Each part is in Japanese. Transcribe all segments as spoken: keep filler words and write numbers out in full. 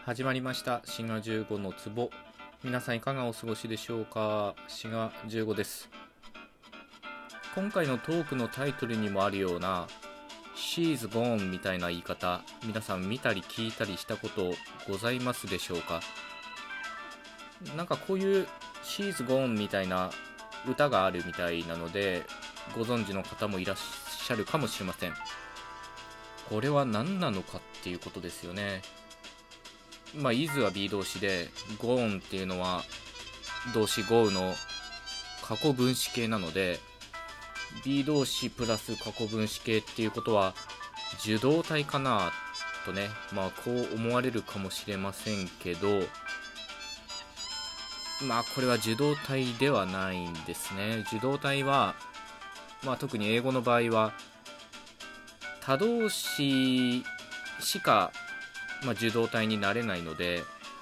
始まりました滋賀じゅうごの壺。皆さんいかがお過ごしでしょうか。滋賀じゅうごです。今回のトークのタイトルにもあるような She's gone みたいな言い方、皆さん見たり聞いたりしたことございますでしょうか。なんかこういう She's gone みたいな歌があるみたいなので、ご存知の方もいらっしゃるかもしれません。これは何なのかっていうことですよね。まあ is は be 動詞で gone っていうのは動詞 go の過去分詞形なので、 be 動詞プラス過去分詞形っていうことは受動体かなとね、まあこう思われるかもしれませんけど、まあこれは受動体ではないんですね。受動体は、まあ特に英語の場合は他動詞しか、まあ、受動体になれないので、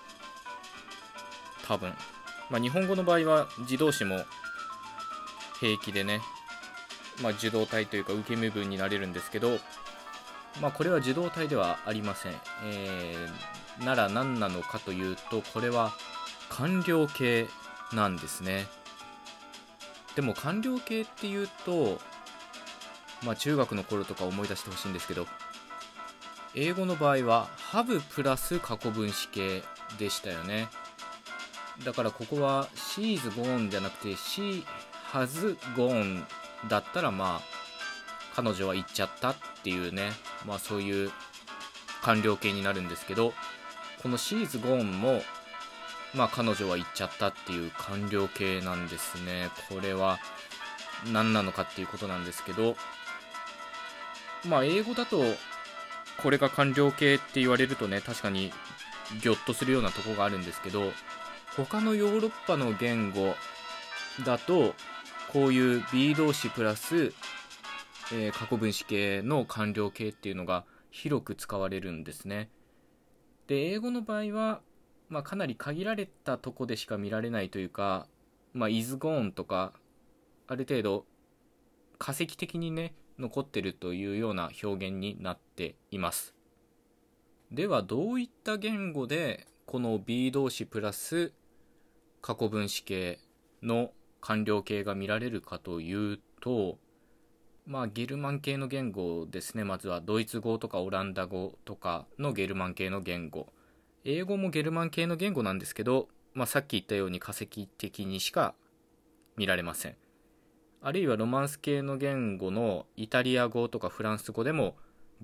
多分、まあ、日本語の場合は自動詞も平気でね、まあ、受動体というか受け身分になれるんですけど、まあ、これは受動体ではありません。えー、なら何なのかというと、これは完了形なんですね。でも完了形っていうと、まあ、中学の頃とか思い出してほしいんですけど、英語の場合は have プラス過去分詞形でしたよね。だからここは she's gone じゃなくて she has gone だったら、まあ彼女は行っちゃったっていうね、まあそういう完了形になるんですけど、この she's gone もまあ彼女は行っちゃったっていう完了形なんですね。これは何なのかっていうことなんですけど、まあ英語だとこれが完了形って言われるとね、確かにギョッとするようなとこがあるんですけど、他のヨーロッパの言語だとこういう be 動詞プラス、えー、過去分詞形の完了形っていうのが広く使われるんですね。で、英語の場合は、まあ、かなり限られたとこでしか見られないというか、まあ、is gone とかある程度化石的にね残ってるというような表現になっています。ではどういった言語でこの be 動詞プラス過去分詞形の完了形が見られるかというと、まあゲルマン系の言語ですね。まずはドイツ語とかオランダ語とかのゲルマン系の言語、英語もゲルマン系の言語なんですけど、まあ、さっき言ったように化石的にしか見られません。あるいはロマンス系の言語のイタリア語とかフランス語でも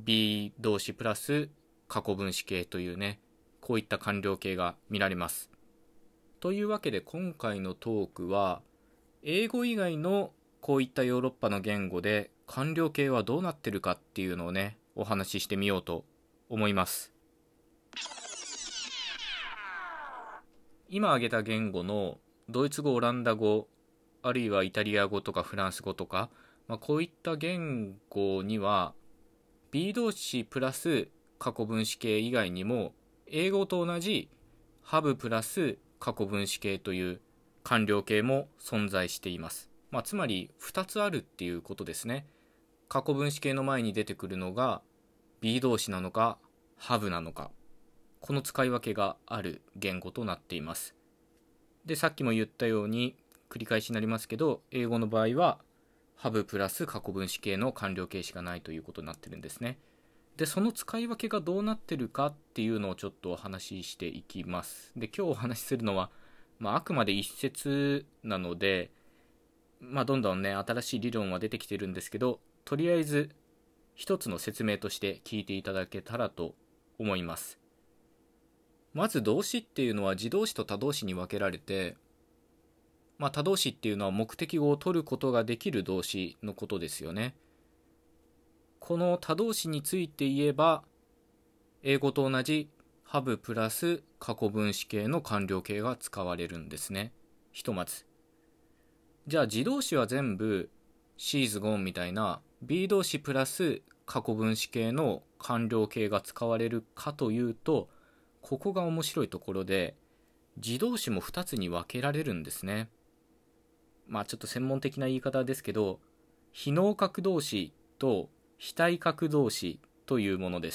be 動詞プラス過去分詞形というね、こういった完了形が見られます。というわけで今回のトークは英語以外のこういったヨーロッパの言語で完了形はどうなってるかっていうのをね、お話ししてみようと思います。今挙げた言語のドイツ語、オランダ語、あるいはイタリア語とかフランス語とか、まあ、こういった言語には be 動詞プラス過去分詞形以外にも英語と同じ have プラス過去分詞形という完了形も存在しています。まあ、つまりふたつあるっていうことですね。過去分詞形の前に出てくるのが be 動詞なのか have なのか、この使い分けがある言語となっています。で、さっきも言ったように繰り返しになりますけど、英語の場合は have プラス過去分詞形の完了形しかないということになってるんですね。で、その使い分けがどうなってるかっていうのをちょっとお話ししていきます。で、今日お話しするのは、まあ、あくまで一説なので、まあ、どんどんね新しい理論は出てきてるんですけど、とりあえず一つの説明として聞いていただけたらと思います。まず動詞っていうのは自動詞と他動詞に分けられて、まあ、他動詞っていうのは目的語を取ることができる動詞のことですよね。この他動詞について言えば、英語と同じ have プラス過去分詞形の完了形が使われるんですね。ひとまず。じゃあ自動詞は全部 she's gone みたいな be 動詞プラス過去分詞形の完了形が使われるかというと、ここが面白いところで、自動詞もふたつに分けられるんですね。まあちょっと専門的な言い方ですけど、非能格動詞と非対格動詞というものです。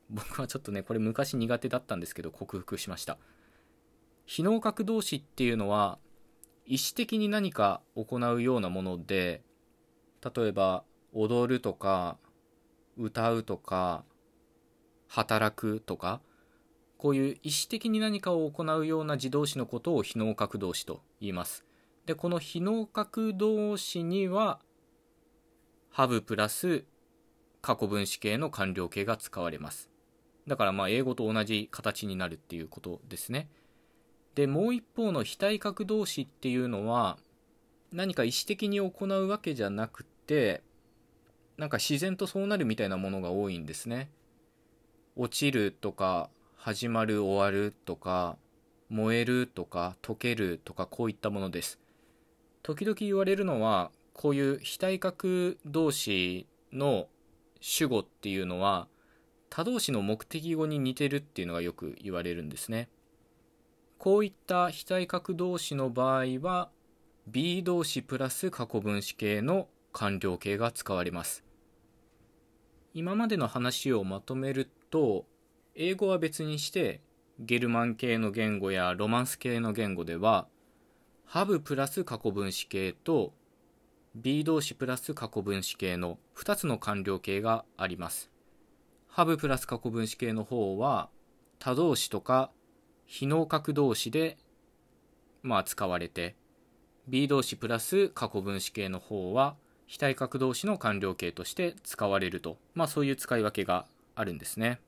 僕はちょっとねこれ昔苦手だったんですけど克服しました。非能格動詞っていうのは意思的に何か行うようなもので、例えば踊るとか歌うとか働くとか、こういう意思的に何かを行うような自動詞のことを非能格動詞と言います。でこの非能格動詞にはhaveプラス過去分詞形の完了形が使われます。だからまあ英語と同じ形になるっていうことですね。でもう一方の非対格動詞っていうのは何か意思的に行うわけじゃなくて、なんか自然とそうなるみたいなものが多いんですね。落ちるとか始まる終わるとか燃えるとか溶けるとか、こういったものです。時々言われるのはこういう非対格動詞の主語っていうのは他動詞の目的語に似てるっていうのがよく言われるんですね。こういった非対格動詞の場合は be 動詞プラス過去分詞形の完了形が使われます。今までの話をまとめると、英語は別にしてゲルマン系の言語やロマンス系の言語では have プラス過去分詞形と be 動詞プラス過去分詞形のふたつの完了形があります。have プラス過去分詞形の方は他動詞とか非能格動詞でまあ使われて、 be 動詞プラス過去分詞形の方は非対格動詞の完了形として使われると、まあそういう使い分けがあるんですね。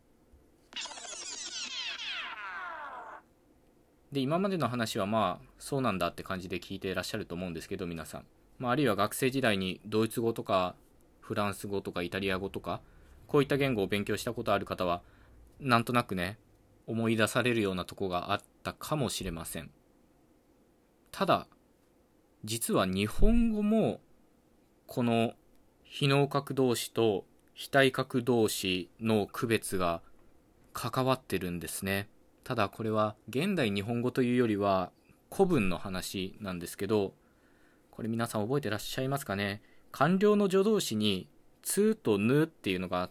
で今までの話はまあそうなんだって感じで聞いていらっしゃると思うんですけど、皆さん、まあ、あるいは学生時代にドイツ語とかフランス語とかイタリア語とかこういった言語を勉強したことある方はなんとなくね思い出されるようなとこがあったかもしれません。ただ実は日本語もこの非能格動詞と非対格動詞の区別が関わってるんですね。ただこれは現代日本語というよりは古文の話なんですけど、これ皆さん覚えてらっしゃいますかね。完了の助動詞につとぬっていうのがあって、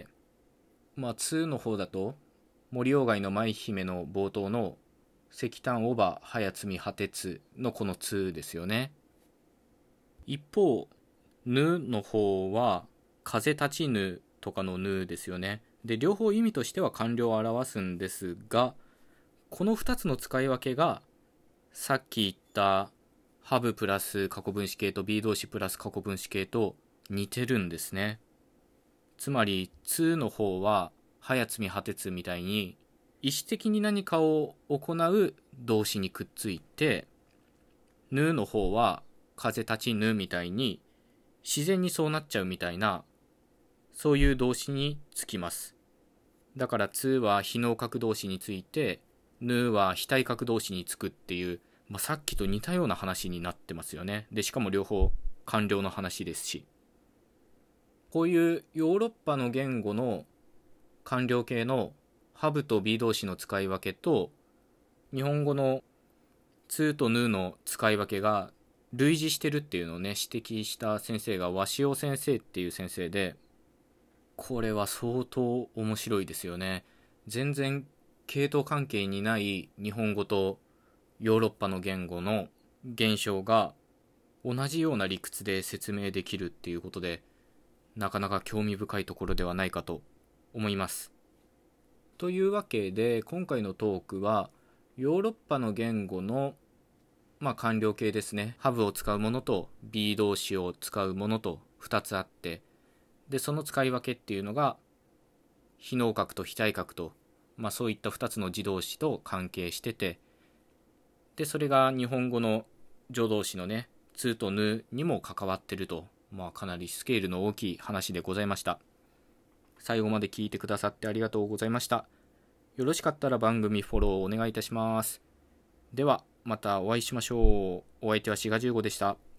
まあつの方だと森鴎外の舞姫の冒頭の石炭おば早摘み果てつのこのつですよね。一方ぬの方は風立ちぬとかのぬですよね。で両方意味としては完了を表すんですが、このふたつの使い分けがさっき言ったhaveプラス過去分詞形と be 動詞プラス過去分詞形と似てるんですね。つまりつの方は早摘み果てつみたいに意思的に何かを行う動詞にくっついて、ぬの方は風立ちぬみたいに自然にそうなっちゃうみたいな、そういう動詞につきます。だからつは非能格動詞について、ぬは非対格動詞につくっていう、まあ、さっきと似たような話になってますよね。でしかも両方完了の話ですし、こういうヨーロッパの言語の完了形のhaveと be 動詞の使い分けと日本語のつとぬの使い分けが類似してるっていうのをね指摘した先生が鷲尾先生っていう先生で、これは相当面白いですよね。全然系統関係にない日本語とヨーロッパの言語の現象が同じような理屈で説明できるっていうことで、なかなか興味深いところではないかと思います。というわけで今回のトークはヨーロッパの言語のまあ完了形ですね。haveを使うものと be 動詞を使うものとふたつあって、でその使い分けっていうのが非能格と非対格と、まあ、そういったふたつの自動詞と関係してて、でそれが日本語の助動詞のねつとぬにも関わってると、まあかなりスケールの大きい話でございました。最後まで聞いてくださってありがとうございました。よろしかったら番組フォローお願いいたします。ではまたお会いしましょう。お相手はしがじゅうごでした。